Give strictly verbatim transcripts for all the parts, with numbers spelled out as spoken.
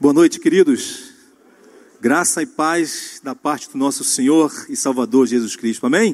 Boa noite, queridos. Graça e paz da parte do nosso Senhor e Salvador Jesus Cristo. Amém?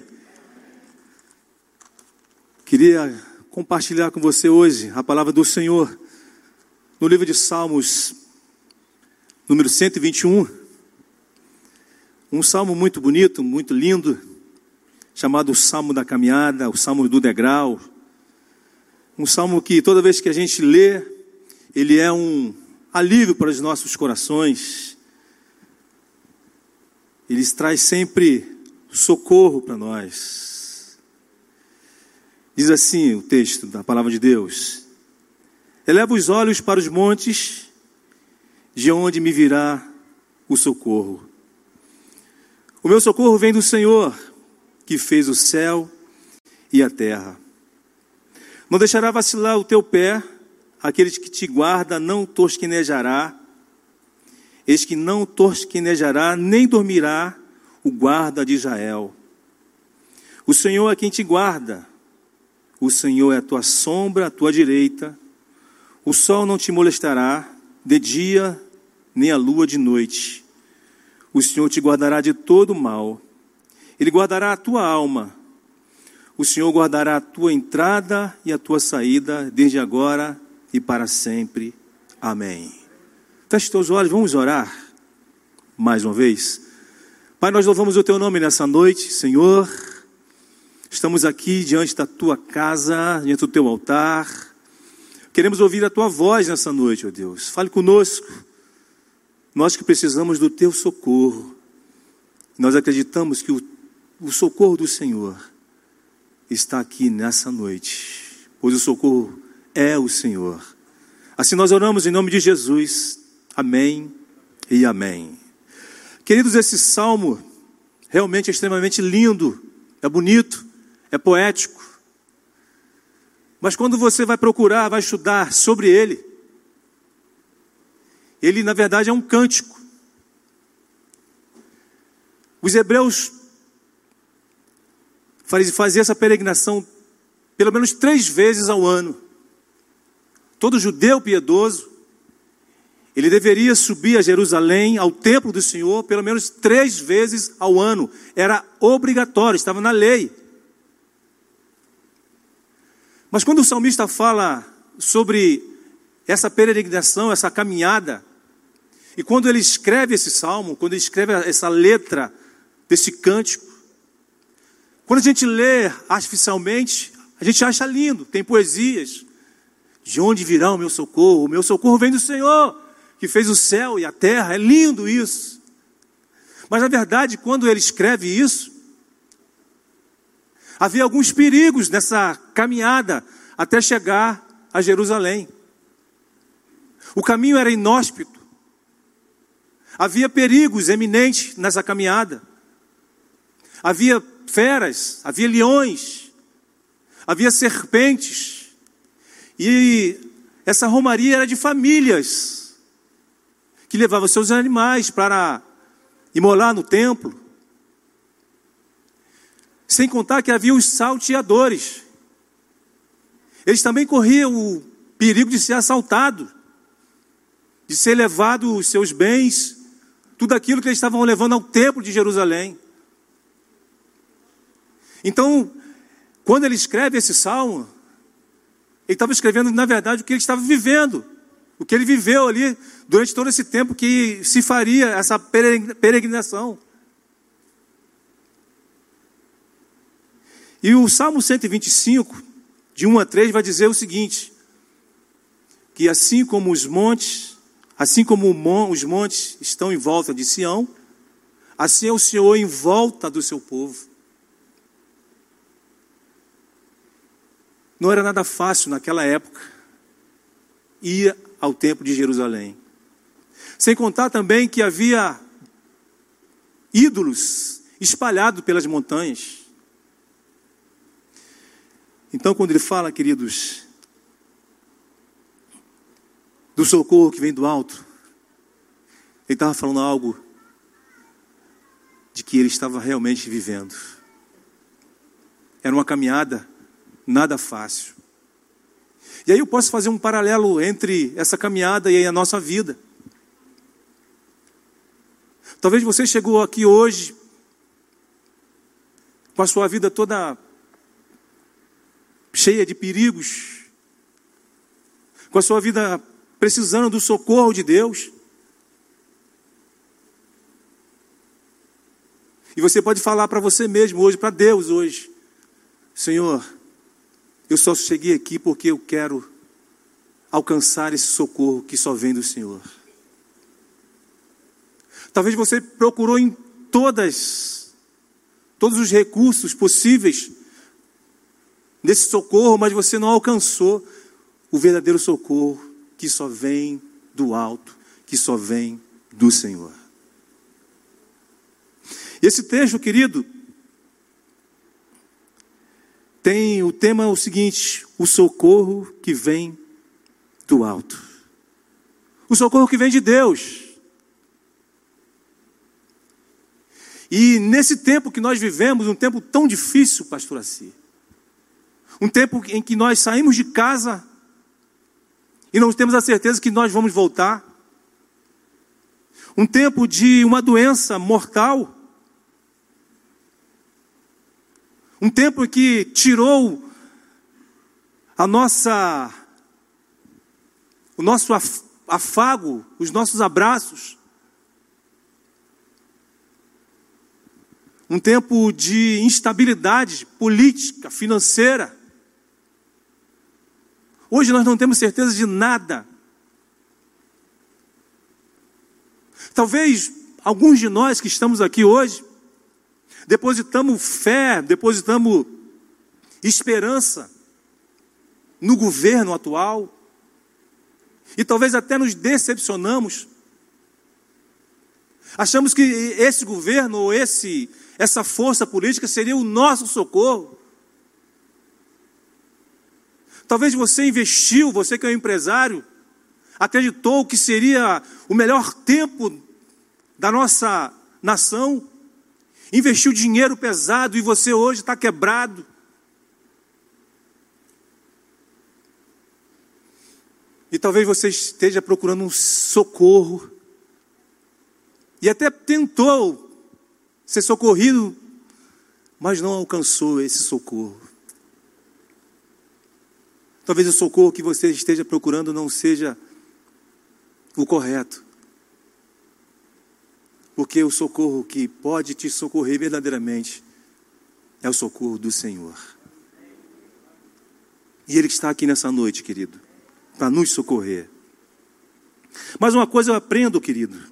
Queria compartilhar com você hoje a palavra do Senhor no livro de Salmos, número cento e vinte e um. Um salmo muito bonito, muito lindo, chamado o Salmo da Caminhada, o Salmo do Degrau. Um salmo que toda vez que a gente lê, ele é um alívio para os nossos corações. Ele traz sempre socorro para nós. Diz assim o texto da palavra de Deus: eleva os olhos para os montes, de onde me virá o socorro. O meu socorro vem do Senhor, que fez o céu e a terra. Não deixará vacilar o teu pé, aquele que te guarda não tosquenejará. Eis que não tosquenejará, nem dormirá o guarda de Israel. O Senhor é quem te guarda. O Senhor é a tua sombra, a tua direita. O sol não te molestará de dia, nem a lua de noite. O Senhor te guardará de todo mal. Ele guardará a tua alma. O Senhor guardará a tua entrada e a tua saída, desde agora e para sempre. Amém. Feche teus olhos, vamos orar mais uma vez. Pai, nós louvamos o teu nome nessa noite, Senhor. Estamos aqui diante da tua casa, diante do teu altar. Queremos ouvir a tua voz nessa noite, ó Deus. Fale conosco. Nós que precisamos do teu socorro. Nós acreditamos que o, o socorro do Senhor está aqui nessa noite, pois o socorro é o Senhor. Assim nós oramos em nome de Jesus. Amém e amém. Queridos, esse salmo realmente é extremamente lindo, é bonito, é poético. Mas quando você vai procurar, vai estudar sobre ele, ele na verdade é um cântico. Os hebreus faziam essa peregrinação pelo menos três vezes ao ano. Todo judeu piedoso, ele deveria subir a Jerusalém, ao templo do Senhor, pelo menos três vezes ao ano. Era obrigatório, estava na lei. Mas quando o salmista fala sobre essa peregrinação, essa caminhada, e quando ele escreve esse salmo, quando ele escreve essa letra desse cântico, quando a gente lê artificialmente, a gente acha lindo, tem poesias. De onde virá o meu socorro? O meu socorro vem do Senhor, que fez o céu e a terra. É lindo isso. Mas na verdade, quando ele escreve isso, havia alguns perigos nessa caminhada até chegar a Jerusalém. O caminho era inóspito. Havia perigos eminentes nessa caminhada. Havia feras, havia leões, havia serpentes. E essa romaria era de famílias que levavam seus animais para imolar no templo. Sem contar que havia os salteadores. Eles também corriam o perigo de ser assaltado, de ser levado os seus bens, tudo aquilo que eles estavam levando ao templo de Jerusalém. Então, quando ele escreve esse salmo, ele estava escrevendo, na verdade, o que ele estava vivendo. O que ele viveu ali durante todo esse tempo que se faria essa peregrinação. E o Salmo cento e vinte e cinco, de um a três, vai dizer o seguinte: que assim como os montes, assim como os montes estão em volta de Sião, assim é o Senhor em volta do seu povo. Não era nada fácil naquela época ir ao templo de Jerusalém. Sem contar também que havia ídolos espalhados pelas montanhas. Então, quando ele fala, queridos, do socorro que vem do alto, ele estava falando algo de que ele estava realmente vivendo. Era uma caminhada nada fácil. E aí eu posso fazer um paralelo entre essa caminhada e a nossa vida. Talvez você chegou aqui hoje com a sua vida toda cheia de perigos, com a sua vida precisando do socorro de Deus. E você pode falar para você mesmo hoje, para Deus hoje: Senhor, eu só cheguei aqui porque eu quero alcançar esse socorro que só vem do Senhor. Talvez você procurou em todas, todos os recursos possíveis desse socorro, mas você não alcançou o verdadeiro socorro que só vem do alto, que só vem do Senhor. Esse texto, querido, tem o tema o seguinte: o socorro que vem do alto. O socorro que vem de Deus. E nesse tempo que nós vivemos, um tempo tão difícil, pastor Assi, um tempo em que nós saímos de casa e não temos a certeza que nós vamos voltar, um tempo de uma doença mortal, um tempo que tirou a nossa, o nosso afago, os nossos abraços. Um tempo de instabilidade política, financeira. Hoje nós não temos certeza de nada. Talvez alguns de nós que estamos aqui hoje depositamos fé, depositamos esperança no governo atual, e talvez até nos decepcionamos. Achamos que esse governo ou esse, essa força política seria o nosso socorro. Talvez você investiu, você que é um empresário, acreditou que seria o melhor tempo da nossa nação, investiu dinheiro pesado e você hoje está quebrado. E talvez você esteja procurando um socorro e até tentou ser socorrido, mas não alcançou esse socorro. Talvez o socorro que você esteja procurando não seja o correto. Porque o socorro que pode te socorrer verdadeiramente é o socorro do Senhor. E Ele está aqui nessa noite, querido, para nos socorrer. Mas uma coisa eu aprendo, querido,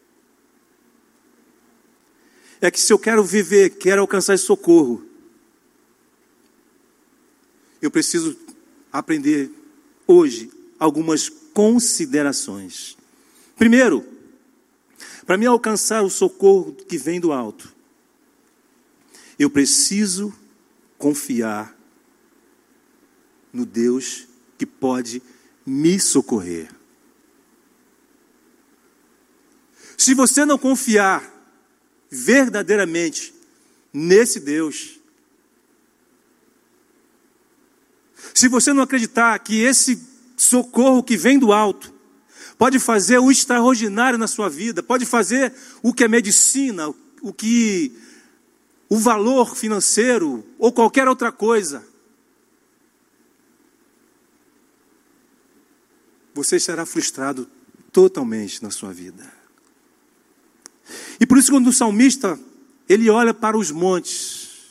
é que se eu quero viver, quero alcançar esse socorro, eu preciso aprender hoje algumas considerações. Primeiro, para me alcançar o socorro que vem do alto, eu preciso confiar no Deus que pode me socorrer. Se você não confiar verdadeiramente nesse Deus, se você não acreditar que esse socorro que vem do alto pode fazer o extraordinário na sua vida, pode fazer o que é medicina, o que o valor financeiro ou qualquer outra coisa, você será frustrado totalmente na sua vida. E por isso, quando o salmista ele olha para os montes,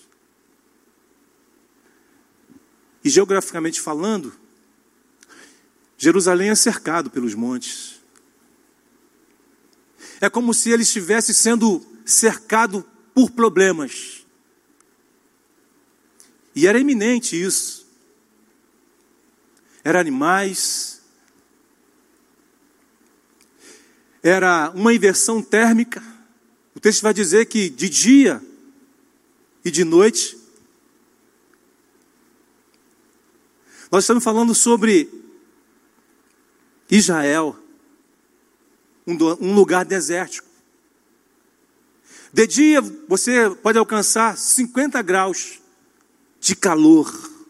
e geograficamente falando, Jerusalém é cercado pelos montes. É como se ele estivesse sendo cercado por problemas. E era iminente isso. Era animais. Era uma inversão térmica. O texto vai dizer que de dia e de noite. Nós estamos falando sobre Israel, um, um lugar desértico. De dia você pode alcançar cinquenta graus de calor.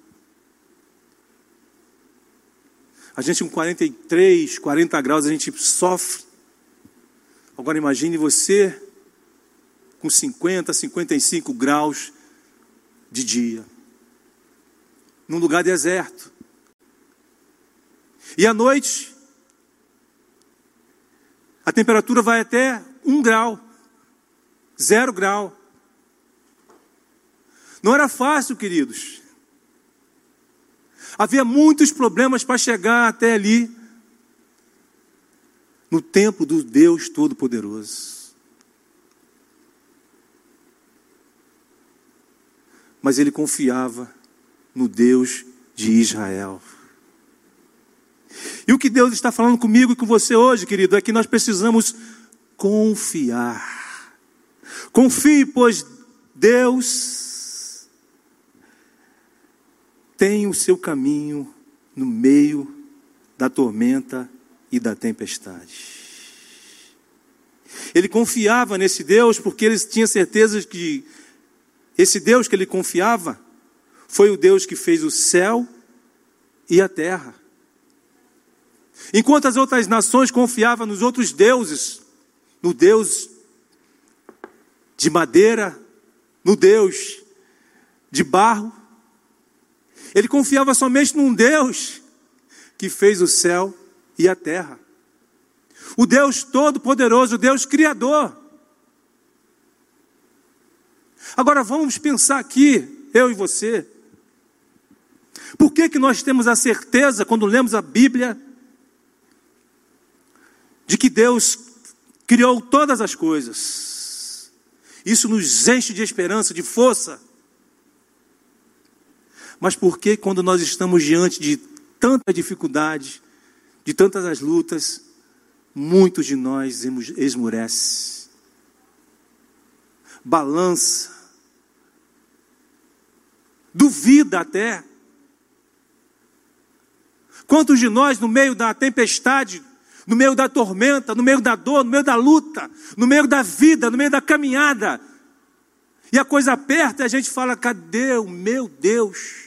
A gente com quarenta e três, quarenta graus a gente sofre. Agora imagine você com cinquenta, cinquenta e cinco graus de dia, num lugar deserto. E à noite, a temperatura vai até um grau, zero grau. Não era fácil, queridos. Havia muitos problemas para chegar até ali, no templo do Deus Todo-Poderoso. Mas ele confiava no Deus de Israel. E o que Deus está falando comigo e com você hoje, querido, é que nós precisamos confiar. Confie, pois Deus tem o seu caminho no meio da tormenta e da tempestade. Ele confiava nesse Deus porque ele tinha certeza que esse Deus que ele confiava foi o Deus que fez o céu e a terra. Enquanto as outras nações confiavam nos outros deuses, no Deus de madeira, no Deus de barro, ele confiava somente num Deus que fez o céu e a terra. O Deus Todo-Poderoso, o Deus Criador. Agora vamos pensar aqui, eu e você. Por que que nós temos a certeza, quando lemos a Bíblia, de que Deus criou todas as coisas? Isso nos enche de esperança, de força. Mas por que quando nós estamos diante de tanta dificuldade, de tantas as lutas, muitos de nós esmurece, balança, duvida até? Quantos de nós no meio da tempestade, no meio da tormenta, no meio da dor, no meio da luta, no meio da vida, no meio da caminhada, e a coisa aperta e a gente fala, cadê o meu Deus?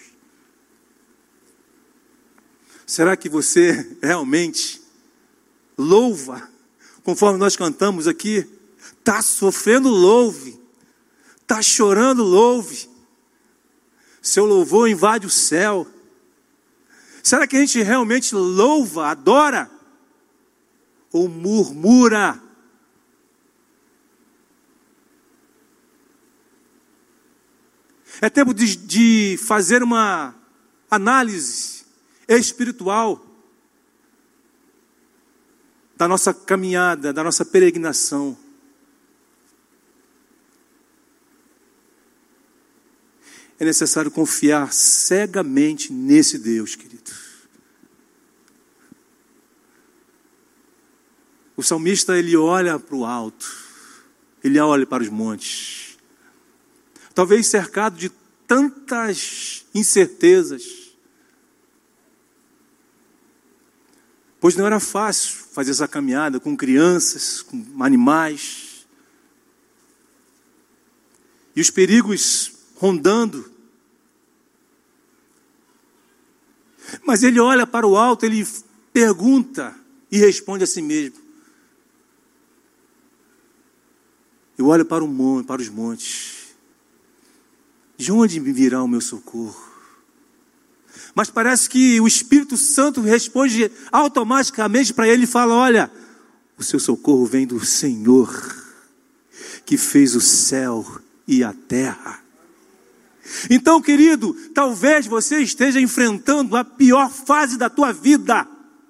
Será que você realmente louva, conforme nós cantamos aqui? Está sofrendo, louve. Está chorando, louve. Seu louvor invade o céu. Será que a gente realmente louva, adora? Ou murmura? É tempo de, de fazer uma análise espiritual da nossa caminhada, da nossa peregrinação. É necessário confiar cegamente nesse Deus, querido. O salmista, ele olha para o alto, ele olha para os montes, talvez cercado de tantas incertezas, pois não era fácil fazer essa caminhada com crianças, com animais, e os perigos rondando. Mas ele olha para o alto, ele pergunta e responde a si mesmo: eu olho para o monte, para os montes, de onde me virá o meu socorro? Mas parece que o Espírito Santo responde automaticamente para ele e fala: olha, o seu socorro vem do Senhor, que fez o céu e a terra. Então, querido, talvez você esteja enfrentando a pior fase da tua vida.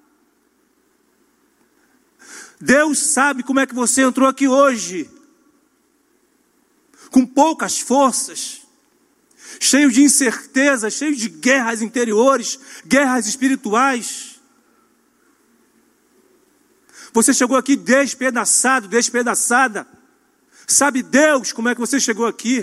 Deus sabe como é que você entrou aqui hoje, com poucas forças, cheio de incerteza, cheio de guerras interiores, guerras espirituais. Você chegou aqui despedaçado, despedaçada. Sabe Deus como é que você chegou aqui?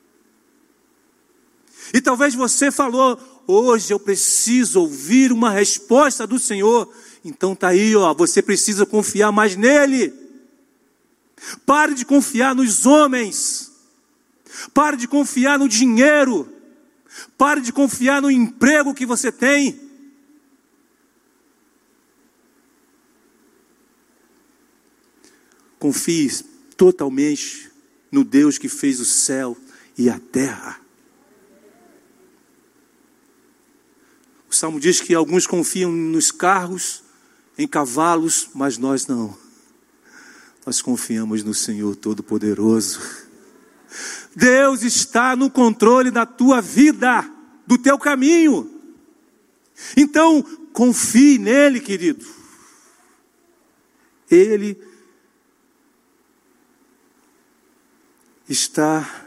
E talvez você falou: hoje eu preciso ouvir uma resposta do Senhor. Então está aí, ó, você precisa confiar mais nele. Pare de confiar nos homens. Pare de confiar no dinheiro. Pare de confiar no emprego que você tem. Confie totalmente no Deus que fez o céu e a terra. O Salmo diz que alguns confiam nos carros, em cavalos, mas nós não. Nós confiamos no Senhor Todo-Poderoso. Deus está no controle da tua vida, do teu caminho. Então, confie nele, querido. Ele está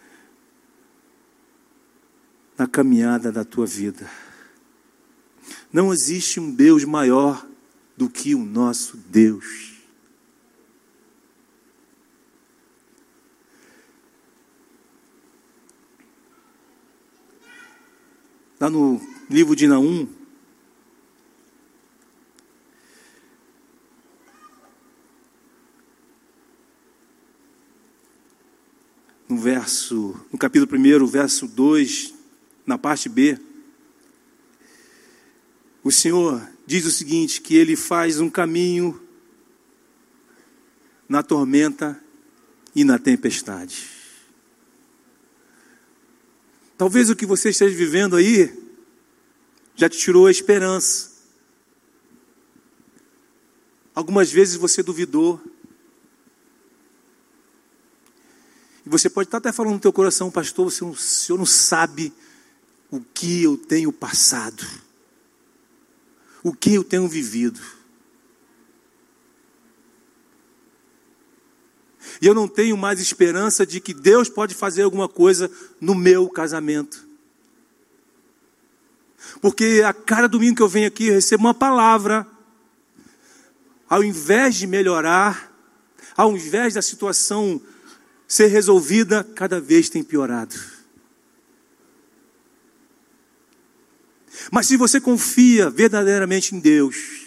na caminhada da tua vida. Não existe um Deus maior do que o nosso Deus. Lá no livro de Naum, no verso, no capítulo primeiro, verso dois, na parte B, o Senhor diz o seguinte, que Ele faz um caminho na tormenta e na tempestade. Talvez o que você esteja vivendo aí já te tirou a esperança. Algumas vezes você duvidou. E você pode estar até falando no teu coração, pastor, você não, o senhor não sabe o que eu tenho passado. O que eu tenho vivido. E eu não tenho mais esperança de que Deus pode fazer alguma coisa no meu casamento. Porque a cada domingo que eu venho aqui, eu recebo uma palavra. Ao invés de melhorar, ao invés da situação ser resolvida, cada vez tem piorado. Mas se você confia verdadeiramente em Deus,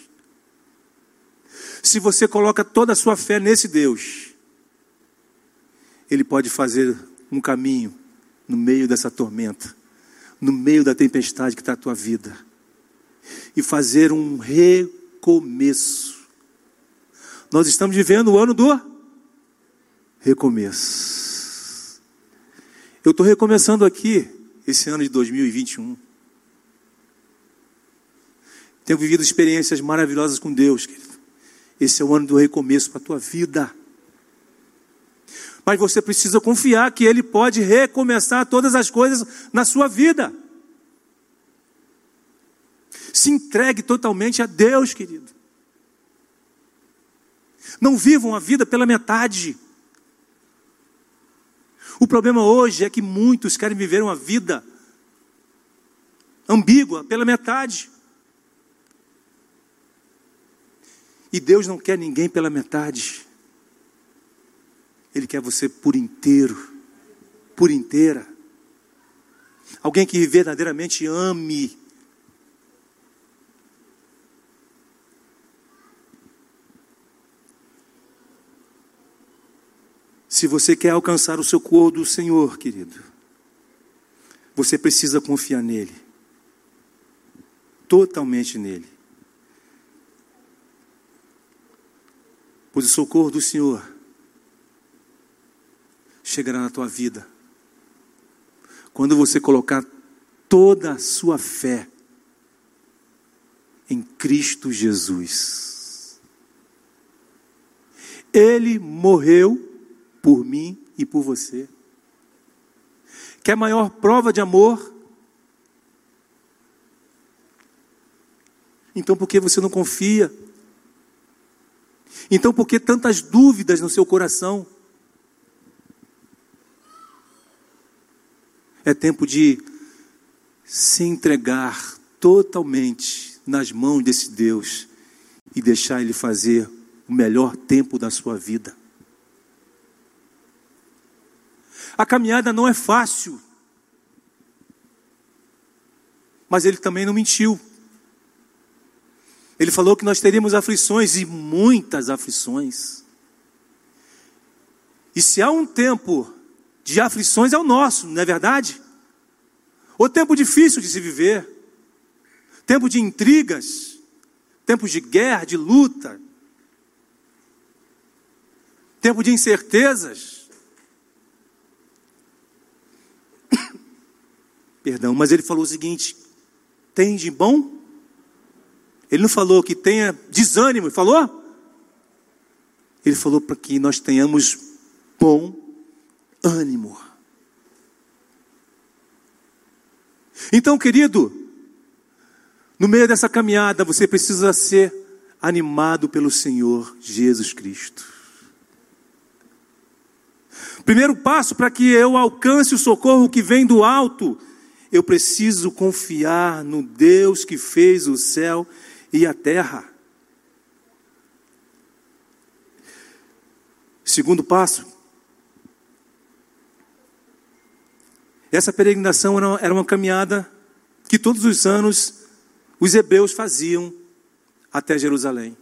se você coloca toda a sua fé nesse Deus, Ele pode fazer um caminho no meio dessa tormenta, no meio da tempestade que está a tua vida, e fazer um recomeço. Nós estamos vivendo o ano do recomeço. Eu estou recomeçando aqui, esse ano de dois mil e vinte e um. Tenho vivido experiências maravilhosas com Deus, querido. Esse é o ano do recomeço para a tua vida. Mas você precisa confiar que Ele pode recomeçar todas as coisas na sua vida. Se entregue totalmente a Deus, querido. Não vivam a vida pela metade. O problema hoje é que muitos querem viver uma vida ambígua pela metade. E Deus não quer ninguém pela metade. Ele quer você por inteiro, por inteira. Alguém que verdadeiramente ame. Se você quer alcançar o socorro do Senhor, querido, você precisa confiar nele. Totalmente nele. Pois o socorro do Senhor chegará na tua vida quando você colocar toda a sua fé em Cristo Jesus. Ele morreu por mim e por você. Quer maior prova de amor? Então por que você não confia? Então por que tantas dúvidas no seu coração? É tempo de se entregar totalmente nas mãos desse Deus e deixar Ele fazer o melhor tempo da sua vida. A caminhada não é fácil, mas Ele também não mentiu. Ele falou que nós teríamos aflições, e muitas aflições. E se há um tempo de aflições, é o nosso, não é verdade? O tempo difícil de se viver, tempo de intrigas, tempo de guerra, de luta, tempo de incertezas. Perdão, mas ele falou o seguinte: tem de bom? Ele não falou que tenha desânimo, ele falou? Ele falou para que nós tenhamos bom ânimo. Então, querido, no meio dessa caminhada, você precisa ser animado pelo Senhor Jesus Cristo. Primeiro passo para que eu alcance o socorro que vem do alto, eu preciso confiar no Deus que fez o céu e a terra. Segundo passo, essa peregrinação era uma, era uma caminhada que todos os anos os hebreus faziam até Jerusalém.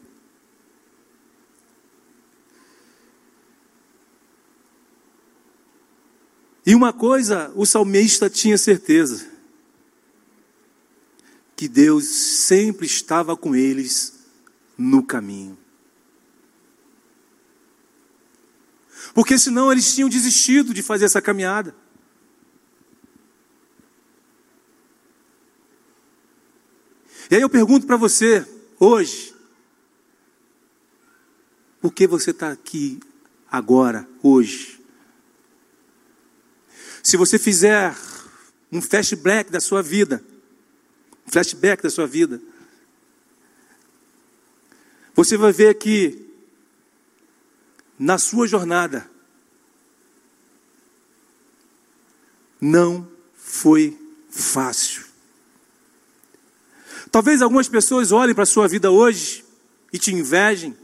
E uma coisa o salmista tinha certeza: que Deus sempre estava com eles no caminho. Porque senão eles tinham desistido de fazer essa caminhada. E aí eu pergunto para você, hoje, por que você está aqui agora, hoje? Se você fizer um flashback da sua vida, um flashback da sua vida, você vai ver que na sua jornada não foi fácil. Talvez algumas pessoas olhem para a sua vida hoje e te invejem,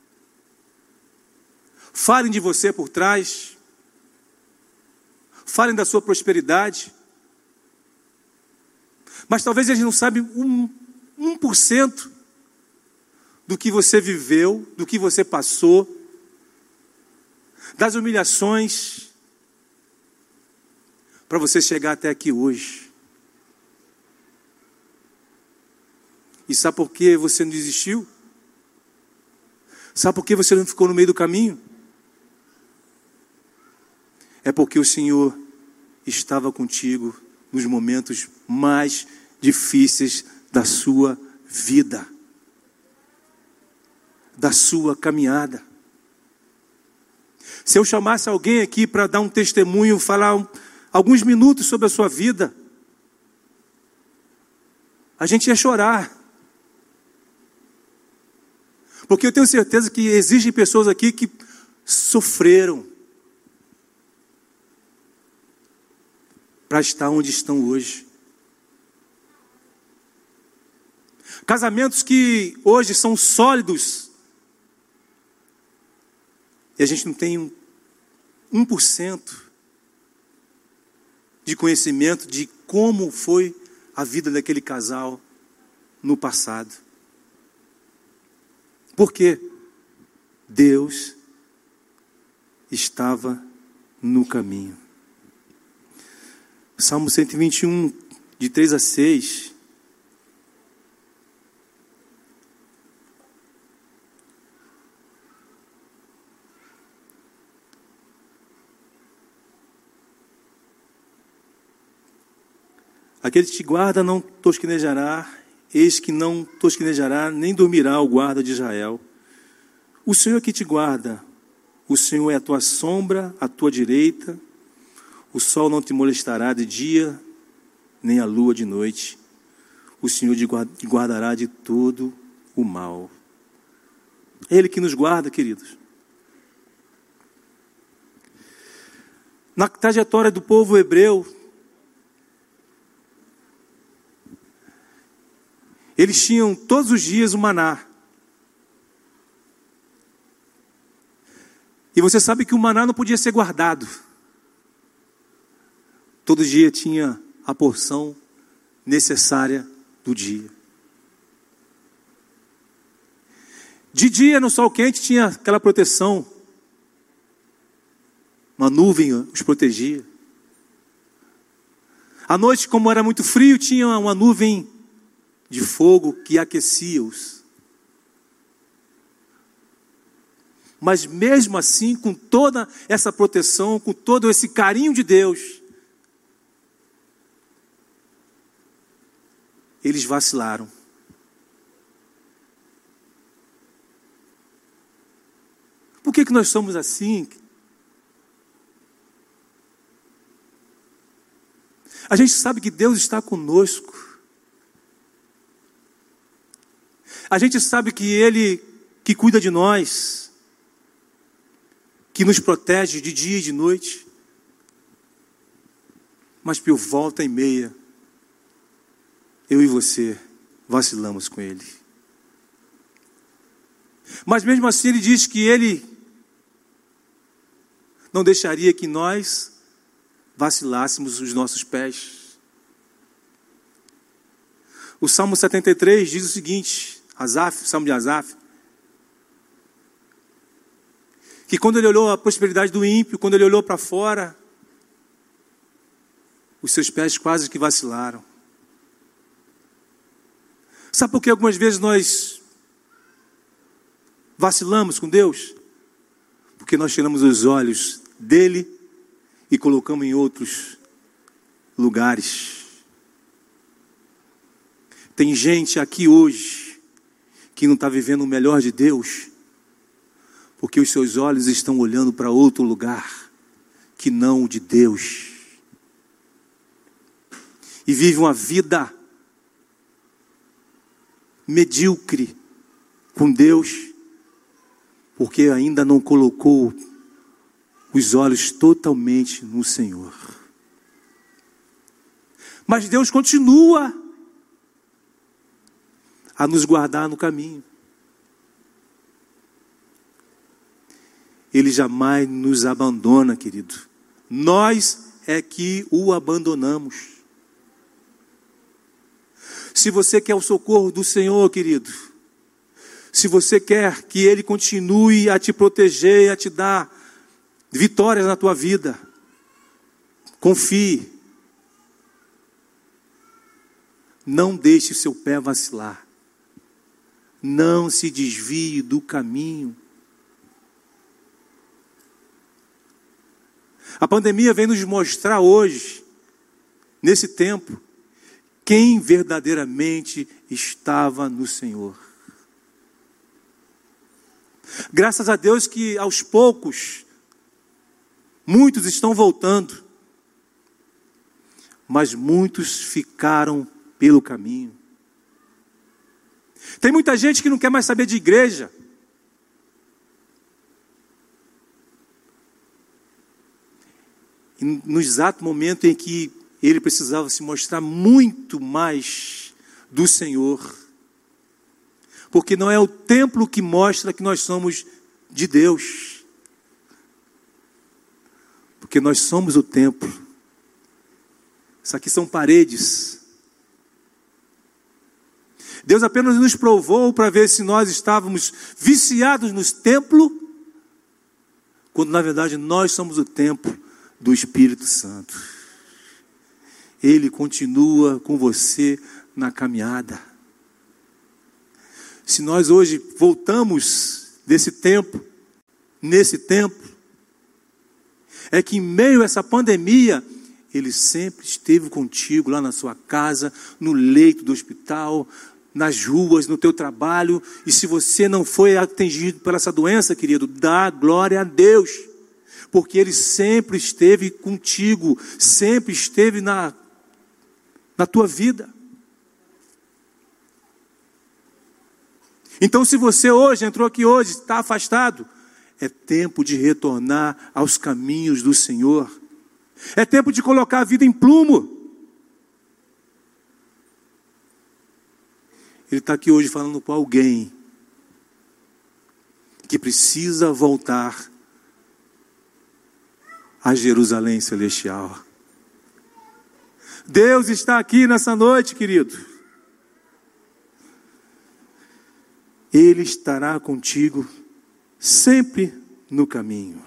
falem de você por trás, falem da sua prosperidade, mas talvez eles não sabem um, um por cento do que você viveu, do que você passou, das humilhações, para você chegar até aqui hoje. E sabe por que você não desistiu? Sabe por que você não ficou no meio do caminho? É porque o Senhor estava contigo nos momentos mais difíceis da sua vida, da sua caminhada. Se eu chamasse alguém aqui para dar um testemunho, falar um, alguns minutos sobre a sua vida, a gente ia chorar. Porque eu tenho certeza que existem pessoas aqui que sofreram para estar onde estão hoje. Casamentos que hoje são sólidos, e a gente não tem um, um por cento de conhecimento de como foi a vida daquele casal no passado. Porque Deus estava no caminho. Salmo cento e vinte e um, de três a seis. Aquele que te guarda não tosquenejará, eis que não tosquenejará, nem dormirá o guarda de Israel. O Senhor que te guarda, o Senhor é a tua sombra, a tua direita. O sol não te molestará de dia, nem a lua de noite. O Senhor te guardará de todo o mal. É Ele que nos guarda, queridos. Na trajetória do povo hebreu, eles tinham todos os dias o maná. E você sabe que o maná não podia ser guardado. Todo dia tinha a porção necessária do dia. De dia, no sol quente, tinha aquela proteção. Uma nuvem os protegia. À noite, como era muito frio, tinha uma nuvem de fogo que aquecia-os. Mas mesmo assim, com toda essa proteção, com todo esse carinho de Deus, eles vacilaram. Por que que nós somos assim? A gente sabe que Deus está conosco. A gente sabe que Ele que cuida de nós, que nos protege de dia e de noite. Mas por volta e meia, eu e você vacilamos com Ele. Mas mesmo assim Ele diz que Ele não deixaria que nós vacilássemos os nossos pés. O Salmo setenta e três diz o seguinte, Asaf, Salmo de Asaf, que quando ele olhou a prosperidade do ímpio, quando ele olhou para fora, os seus pés quase que vacilaram. Sabe por que algumas vezes nós vacilamos com Deus? Porque nós tiramos os olhos dele e colocamos em outros lugares. Tem gente aqui hoje que não está vivendo o melhor de Deus, porque os seus olhos estão olhando para outro lugar que não o de Deus. E vive uma vida medíocre com Deus, porque ainda não colocou os olhos totalmente no Senhor. Mas Deus continua a nos guardar no caminho. Ele jamais nos abandona, querido. Nós é que o abandonamos. Se você quer o socorro do Senhor, querido, se você quer que Ele continue a te proteger e a te dar vitórias na tua vida, confie. Não deixe seu pé vacilar. Não se desvie do caminho. A pandemia vem nos mostrar hoje, nesse tempo, quem verdadeiramente estava no Senhor. Graças a Deus que aos poucos, muitos estão voltando, mas muitos ficaram pelo caminho. Tem muita gente que não quer mais saber de igreja. E no exato momento em que ele precisava se mostrar muito mais do Senhor. Porque não é o templo que mostra que nós somos de Deus. Porque nós somos o templo. Isso aqui são paredes. Deus apenas nos provou para ver se nós estávamos viciados no templo, quando na verdade nós somos o templo do Espírito Santo. Ele continua com você na caminhada. Se nós hoje voltamos desse tempo, nesse tempo, é que em meio a essa pandemia, Ele sempre esteve contigo lá na sua casa, no leito do hospital, nas ruas, no teu trabalho. E se você não foi atingido por essa doença, querido, dá glória a Deus, porque Ele sempre esteve contigo, sempre esteve na, na tua vida. Então, se você hoje, entrou aqui hoje, está afastado, é tempo de retornar aos caminhos do Senhor. É tempo de colocar a vida em prumo. Ele está aqui hoje falando com alguém que precisa voltar a Jerusalém Celestial. Deus está aqui nessa noite, querido. Ele estará contigo sempre no caminho.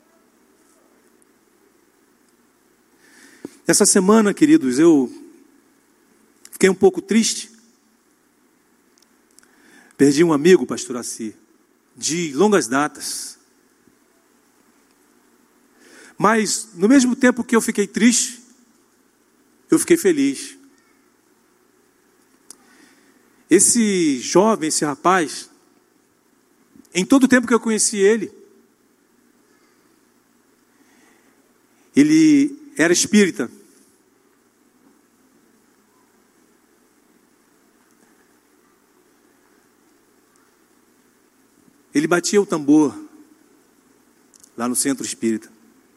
Essa semana, queridos, eu fiquei um pouco triste. Perdi um amigo, pastor Assi, de longas datas. Mas, no mesmo tempo que eu fiquei triste, eu fiquei feliz. esse jovem, esse rapaz, em todo o tempo que eu conheci ele, ele era espírita. Ele batia o tambor lá no centro espírita.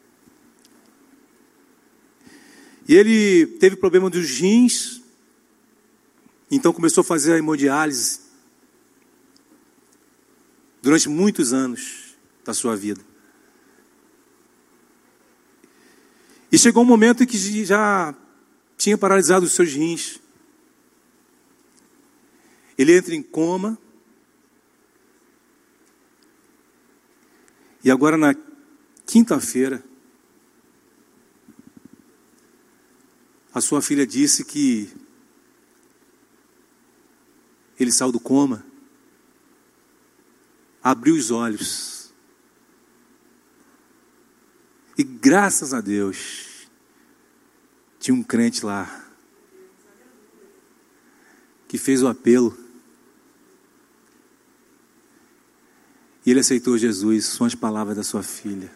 E ele teve problema dos rins, então começou a fazer a hemodiálise durante muitos anos da sua vida. E chegou um momento em que já tinha paralisado os seus rins. Ele entra em coma. E agora na quinta-feira, a sua filha disse que ele saiu do coma, abriu os olhos. E graças a Deus, tinha um crente lá, que fez o apelo. E ele aceitou Jesus, são as palavras da sua filha.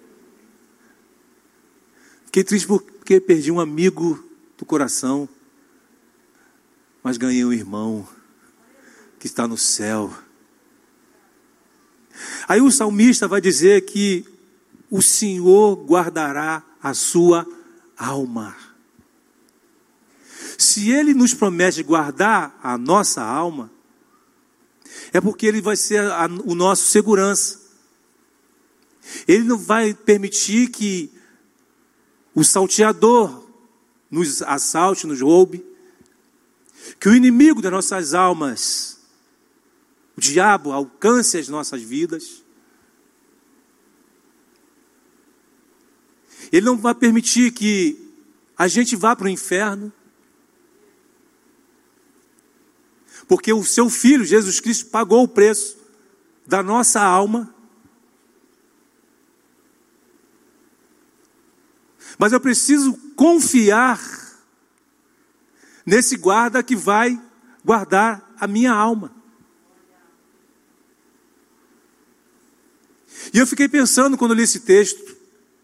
Fiquei triste porque perdi um amigo do coração, mas ganhei um irmão que está no céu. Aí o salmista vai dizer que o Senhor guardará a sua alma. Se Ele nos promete guardar a nossa alma, é porque Ele vai ser a, o nosso segurança. Ele não vai permitir que o salteador nos assalte, nos roube, que o inimigo das nossas almas, o diabo, alcance as nossas vidas. Ele não vai permitir que a gente vá para o inferno, porque o seu Filho, Jesus Cristo, pagou o preço da nossa alma. Mas eu preciso confiar nesse guarda que vai guardar a minha alma. E eu fiquei pensando quando li esse texto,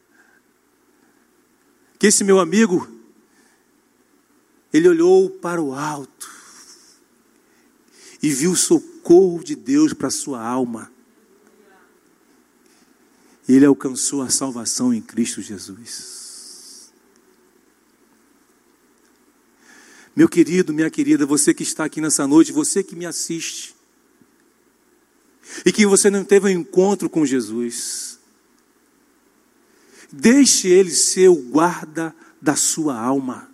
que esse meu amigo, ele olhou para o alto e viu o socorro de Deus para a sua alma. E ele alcançou a salvação em Cristo Jesus. Meu querido, minha querida, você que está aqui nessa noite, você que me assiste, e que você não teve um encontro com Jesus, deixe Ele ser o guarda da sua alma.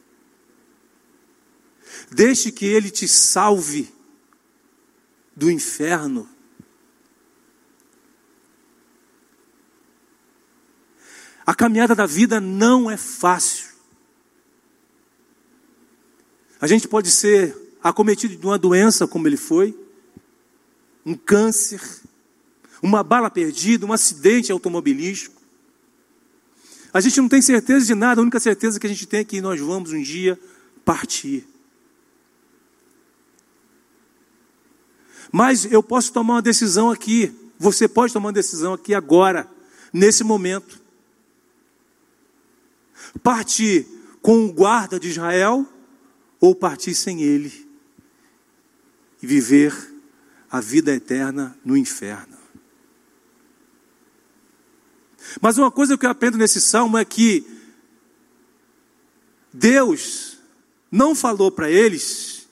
Deixe que Ele te salve do inferno. A caminhada da vida não é fácil. A gente pode ser acometido de uma doença como ele foi, um câncer, uma bala perdida, um acidente automobilístico. A gente não tem certeza de nada, a única certeza que a gente tem é que nós vamos um dia partir. Mas eu posso tomar uma decisão aqui, você pode tomar uma decisão aqui agora, nesse momento. Partir com o guarda de Israel ou partir sem ele e viver a vida eterna no inferno. Mas uma coisa que eu aprendo nesse salmo é que Deus não falou para eles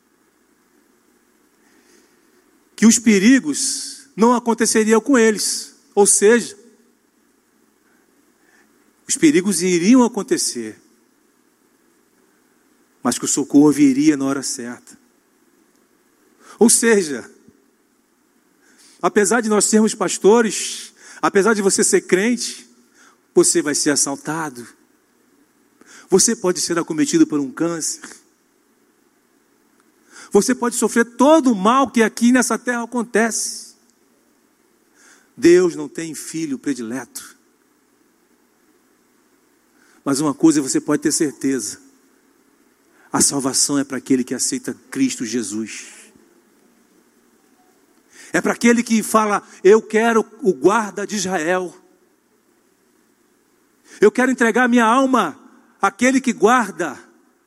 que os perigos não aconteceriam com eles. Ou seja, os perigos iriam acontecer, mas que o socorro viria na hora certa. Ou seja, apesar de nós sermos pastores, apesar de você ser crente, você vai ser assaltado. Você pode ser acometido por um câncer. Você pode sofrer todo o mal que aqui nessa terra acontece. Deus não tem filho predileto. Mas uma coisa você pode ter certeza: A salvação é para aquele que aceita Cristo Jesus. É para aquele que fala, eu quero o guarda de Israel. Eu quero entregar minha alma àquele que guarda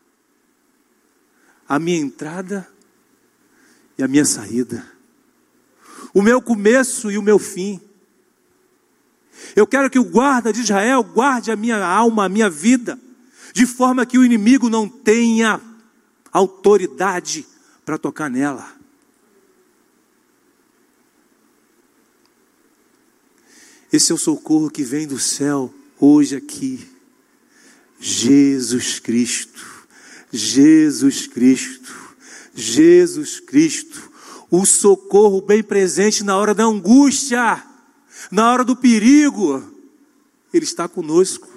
a minha entrada e a minha saída. O meu começo e o meu fim. Eu quero que o guarda de Israel guarde a minha alma, a minha vida, de forma que o inimigo não tenha autoridade para tocar nela. Esse é o socorro que vem do céu hoje aqui. Jesus Cristo, Jesus Cristo, Jesus Cristo. O socorro bem presente na hora da angústia, na hora do perigo. Ele está conosco.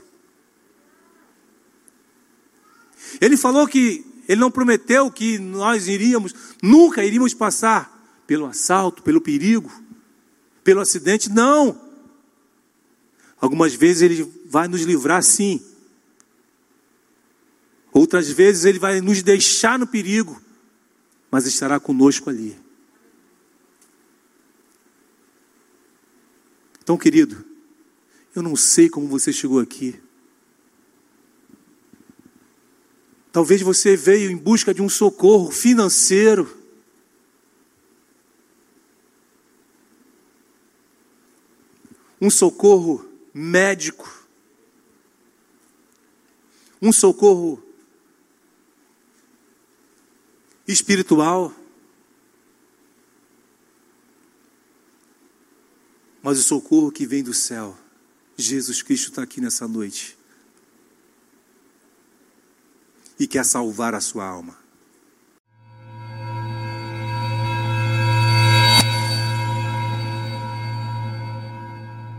Ele falou que, ele não prometeu que nós iríamos, nunca iríamos passar pelo assalto, pelo perigo, pelo acidente, não. Algumas vezes ele vai nos livrar sim. Outras vezes ele vai nos deixar no perigo, mas estará conosco ali. Então, querido, eu não sei como você chegou aqui. Talvez você veio em busca de um socorro financeiro. Um socorro médico. Um socorro espiritual. Mas o socorro que vem do céu, Jesus Cristo está aqui nessa noite. E quer salvar a sua alma.